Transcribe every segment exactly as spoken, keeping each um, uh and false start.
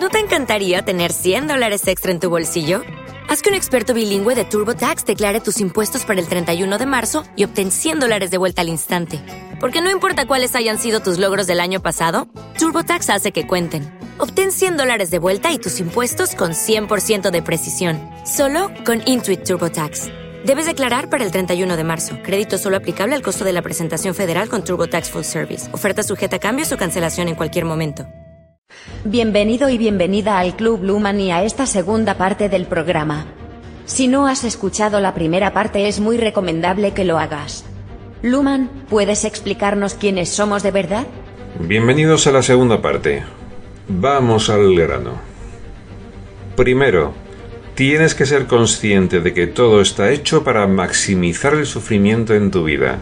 ¿No te encantaría tener cien dólares extra en tu bolsillo? Haz que un experto bilingüe de TurboTax declare tus impuestos para el treinta y uno de marzo y obtén cien dólares de vuelta al instante. Porque no importa cuáles hayan sido tus logros del año pasado, TurboTax hace que cuenten. Obtén cien dólares de vuelta y tus impuestos con cien por ciento de precisión. Solo con Intuit TurboTax. Debes declarar para el treinta y uno de marzo. Crédito solo aplicable al costo de la presentación federal con TurboTax Full Service. Oferta sujeta a cambios o cancelación en cualquier momento. Bienvenido y bienvenida al Club Luhmann y a esta segunda parte del programa. Si no has escuchado la primera parte, es muy recomendable que lo hagas. Luhmann, ¿puedes explicarnos quiénes somos de verdad? Bienvenidos a la segunda parte. Vamos al grano. Primero, tienes que ser consciente de que todo está hecho para maximizar el sufrimiento en tu vida.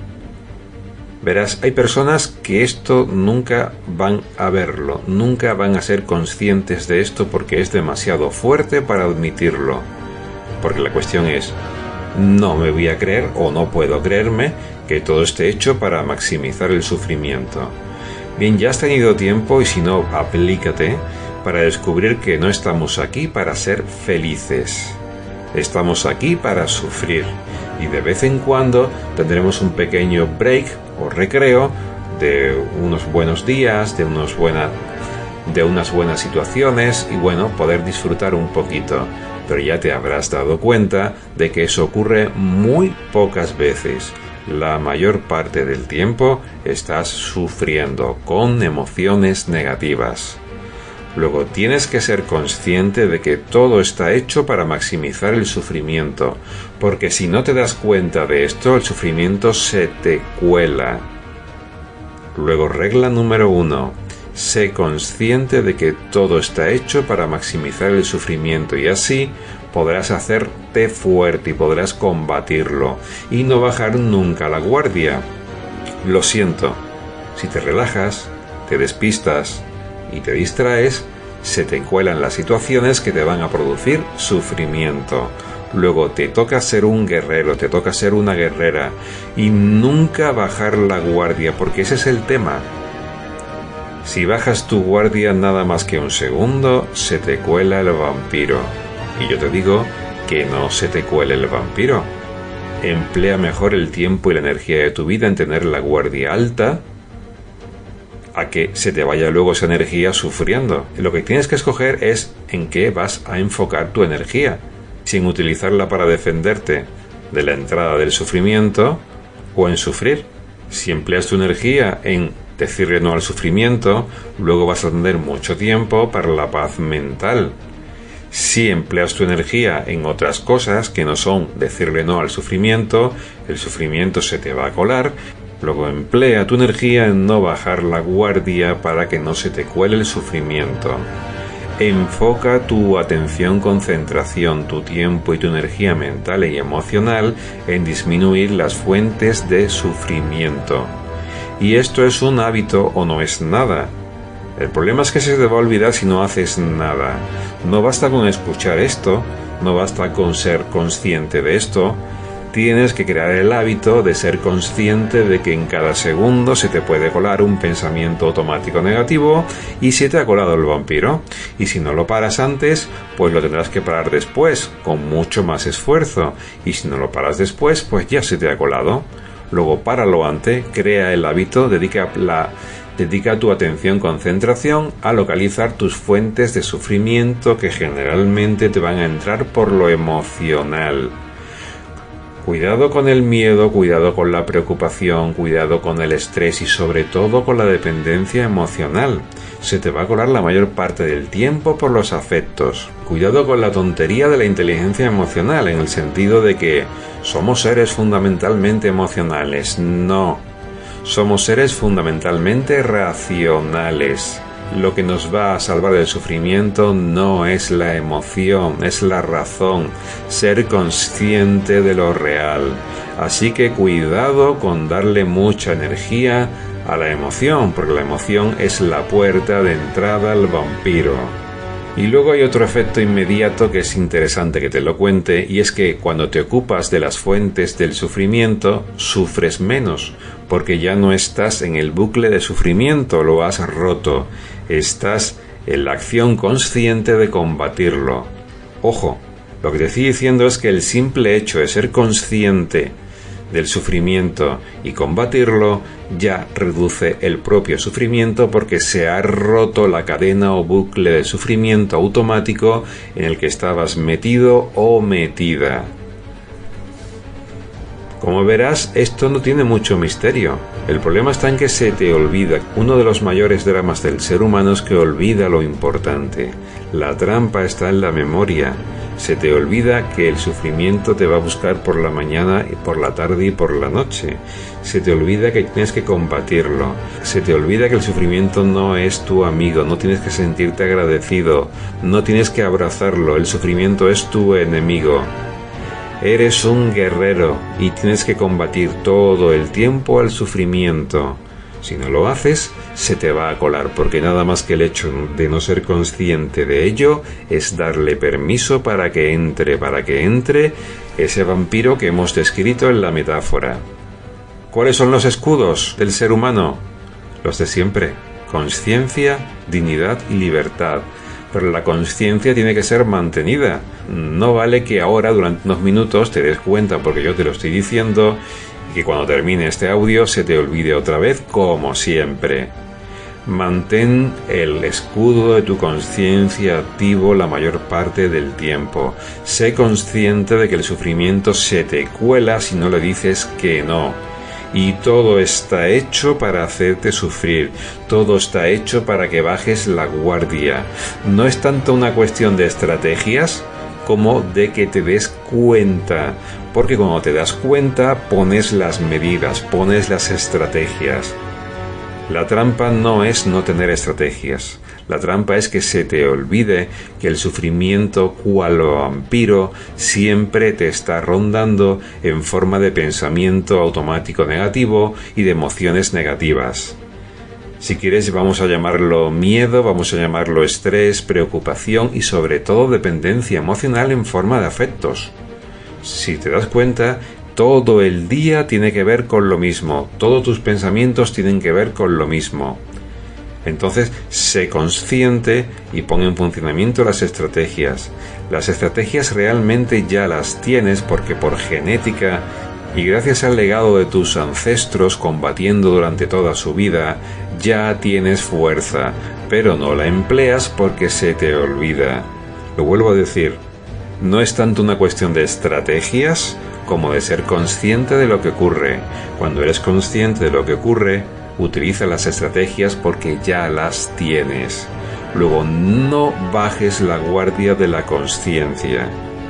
Verás, hay personas que esto nunca van a verlo, nunca van a ser conscientes de esto porque es demasiado fuerte para admitirlo. Porque la cuestión es, no me voy a creer o no puedo creerme que todo esté hecho para maximizar el sufrimiento. Bien, ya has tenido tiempo y si no, aplícate para descubrir que no estamos aquí para ser felices. Estamos aquí para sufrir y de vez en cuando tendremos un pequeño break o recreo de unos buenos días, de, unos buena, de unas buenas situaciones y bueno, poder disfrutar un poquito. Pero ya te habrás dado cuenta de que eso ocurre muy pocas veces. La mayor parte del tiempo estás sufriendo con emociones negativas. Luego tienes que ser consciente de que todo está hecho para maximizar el sufrimiento, porque si no te das cuenta de esto, el sufrimiento se te cuela. Luego, regla número uno, sé consciente de que todo está hecho para maximizar el sufrimiento y así podrás hacerte fuerte y podrás combatirlo y no bajar nunca la guardia. Lo siento, si te relajas, te despistas y te distraes, se te cuelan las situaciones que te van a producir sufrimiento. Luego te toca ser un guerrero, te toca ser una guerrera y nunca bajar la guardia, porque ese es el tema. Si bajas tu guardia nada más que un segundo, se te cuela el vampiro. Y yo te digo que no se te cuele el vampiro. Emplea mejor el tiempo y la energía de tu vida en tener la guardia alta a que se te vaya luego esa energía sufriendo. Lo que tienes que escoger es en qué vas a enfocar tu energía, sin utilizarla para defenderte de la entrada del sufrimiento o en sufrir. Si empleas tu energía en decirle no al sufrimiento, luego vas a tener mucho tiempo para la paz mental. Si empleas tu energía en otras cosas que no son decirle no al sufrimiento, el sufrimiento se te va a colar. Luego emplea tu energía en no bajar la guardia para que no se te cuele el sufrimiento. Enfoca tu atención, concentración, tu tiempo y tu energía mental y emocional en disminuir las fuentes de sufrimiento. Y esto es un hábito o no es nada. El problema es que se te va a olvidar si no haces nada. No basta con escuchar esto, no basta con ser consciente de esto. Tienes que crear el hábito de ser consciente de que en cada segundo se te puede colar un pensamiento automático negativo y se te ha colado el vampiro. Y si no lo paras antes, pues lo tendrás que parar después, con mucho más esfuerzo. Y si no lo paras después, pues ya se te ha colado. Luego páralo antes, crea el hábito, dedica, la, dedica tu atención, concentración a localizar tus fuentes de sufrimiento que generalmente te van a entrar por lo emocional. Cuidado con el miedo, cuidado con la preocupación, cuidado con el estrés y sobre todo con la dependencia emocional. Se te va a colar la mayor parte del tiempo por los afectos. Cuidado con la tontería de la inteligencia emocional, en el sentido de que somos seres fundamentalmente emocionales. No, somos seres fundamentalmente racionales. Lo que nos va a salvar del sufrimiento no es la emoción, es la razón, ser consciente de lo real. Así que cuidado con darle mucha energía a la emoción, porque la emoción es la puerta de entrada al vampiro. Y luego hay otro efecto inmediato que es interesante que te lo cuente, y es que cuando te ocupas de las fuentes del sufrimiento, sufres menos, porque ya no estás en el bucle de sufrimiento, lo has roto. Estás en la acción consciente de combatirlo. Ojo, lo que te estoy diciendo es que el simple hecho de ser consciente del sufrimiento y combatirlo ya reduce el propio sufrimiento, porque se ha roto la cadena o bucle de sufrimiento automático en el que estabas metido o metida. Como verás, esto no tiene mucho misterio. El problema está en que se te olvida. Uno de los mayores dramas del ser humano es que olvida lo importante. La trampa está en la memoria. Se te olvida que el sufrimiento te va a buscar por la mañana, y por la tarde y por la noche. Se te olvida que tienes que combatirlo. Se te olvida que el sufrimiento no es tu amigo. No tienes que sentirte agradecido. No tienes que abrazarlo. El sufrimiento es tu enemigo. Eres un guerrero y tienes que combatir todo el tiempo al sufrimiento. Si no lo haces, se te va a colar, porque nada más que el hecho de no ser consciente de ello es darle permiso para que entre, para que entre ese vampiro que hemos descrito en la metáfora. ¿Cuáles son los escudos del ser humano? Los de siempre: conciencia, dignidad y libertad. Pero la conciencia tiene que ser mantenida. No vale que ahora, durante unos minutos, te des cuenta, porque yo te lo estoy diciendo, y que cuando termine este audio se te olvide otra vez, como siempre. Mantén el escudo de tu conciencia activo la mayor parte del tiempo. Sé consciente de que el sufrimiento se te cuela si no le dices que no. Y todo está hecho para hacerte sufrir. Todo está hecho para que bajes la guardia. No es tanto una cuestión de estrategias como de que te des cuenta. Porque cuando te das cuenta, pones las medidas, pones las estrategias. La trampa no es no tener estrategias. La trampa es que se te olvide que el sufrimiento, cual vampiro, siempre te está rondando en forma de pensamiento automático negativo y de emociones negativas. Si quieres, vamos a llamarlo miedo, vamos a llamarlo estrés, preocupación y sobre todo dependencia emocional en forma de afectos. Si te das cuenta, todo el día tiene que ver con lo mismo, todos tus pensamientos tienen que ver con lo mismo. Entonces, sé consciente y pon en funcionamiento las estrategias. Las estrategias realmente ya las tienes porque por genética y gracias al legado de tus ancestros combatiendo durante toda su vida, ya tienes fuerza, pero no la empleas porque se te olvida. Lo vuelvo a decir, no es tanto una cuestión de estrategias como de ser consciente de lo que ocurre. Cuando eres consciente de lo que ocurre, utiliza las estrategias porque ya las tienes. Luego, no bajes la guardia de la conciencia.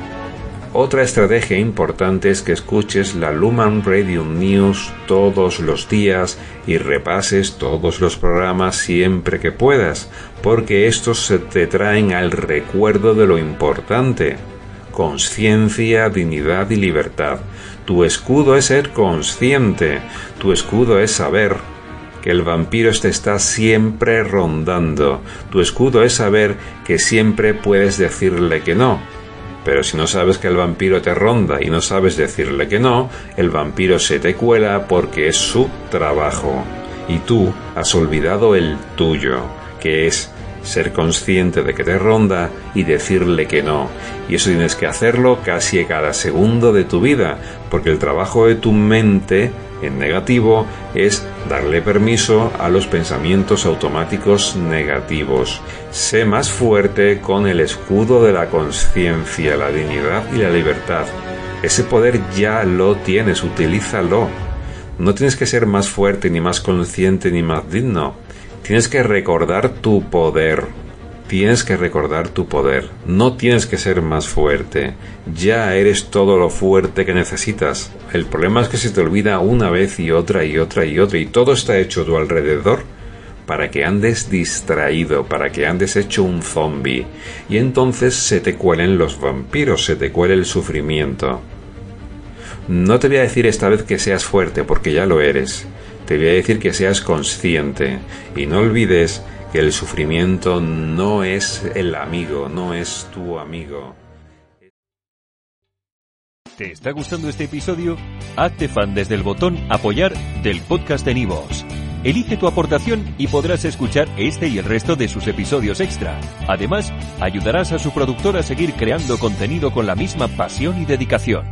Otra estrategia importante es que escuches la Lumen Radio News todos los días y repases todos los programas siempre que puedas, porque estos se te traen al recuerdo de lo importante. Conciencia, dignidad y libertad. Tu escudo es ser consciente. Tu escudo es saber que el vampiro te está siempre rondando. Tu escudo es saber que siempre puedes decirle que no. Pero si no sabes que el vampiro te ronda y no sabes decirle que no, el vampiro se te cuela porque es su trabajo. Y tú has olvidado el tuyo, que es ser consciente de que te ronda y decirle que no. Y eso tienes que hacerlo casi a cada segundo de tu vida, porque el trabajo de tu mente en negativo es darle permiso a los pensamientos automáticos negativos. Sé más fuerte con el escudo de la conciencia, la dignidad y la libertad. Ese poder ya lo tienes, utilízalo. No tienes que ser más fuerte, ni más consciente, ni más digno. Tienes que recordar tu poder. Tienes que recordar tu poder. No tienes que ser más fuerte. Ya eres todo lo fuerte que necesitas. El problema es que se te olvida una vez y otra y otra y otra. Y todo está hecho a tu alrededor para que andes distraído, para que andes hecho un zombie. Y entonces se te cuelen los vampiros, se te cuele el sufrimiento. No te voy a decir esta vez que seas fuerte, porque ya lo eres. Te voy a decir que seas consciente. Y no olvides que el sufrimiento no es el amigo, no es tu amigo. ¿Te está gustando este episodio? Hazte fan desde el botón Apoyar del podcast de Nivos. Elige tu aportación y podrás escuchar este y el resto de sus episodios extra. Además, ayudarás a su productor a seguir creando contenido con la misma pasión y dedicación.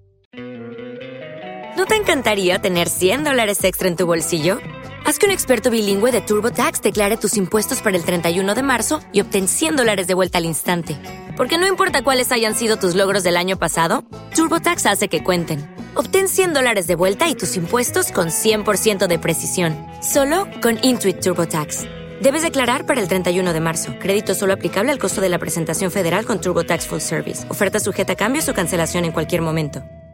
¿No te encantaría tener cien dólares extra en tu bolsillo? Haz que un experto bilingüe de TurboTax declare tus impuestos para el treinta y uno de marzo y obtén cien dólares de vuelta al instante. Porque no importa cuáles hayan sido tus logros del año pasado, TurboTax hace que cuenten. Obtén cien dólares de vuelta y tus impuestos con cien por ciento de precisión. Solo con Intuit TurboTax. Debes declarar para el treinta y uno de marzo. Crédito solo aplicable al costo de la presentación federal con TurboTax Full Service. Oferta sujeta a cambios o cancelación en cualquier momento.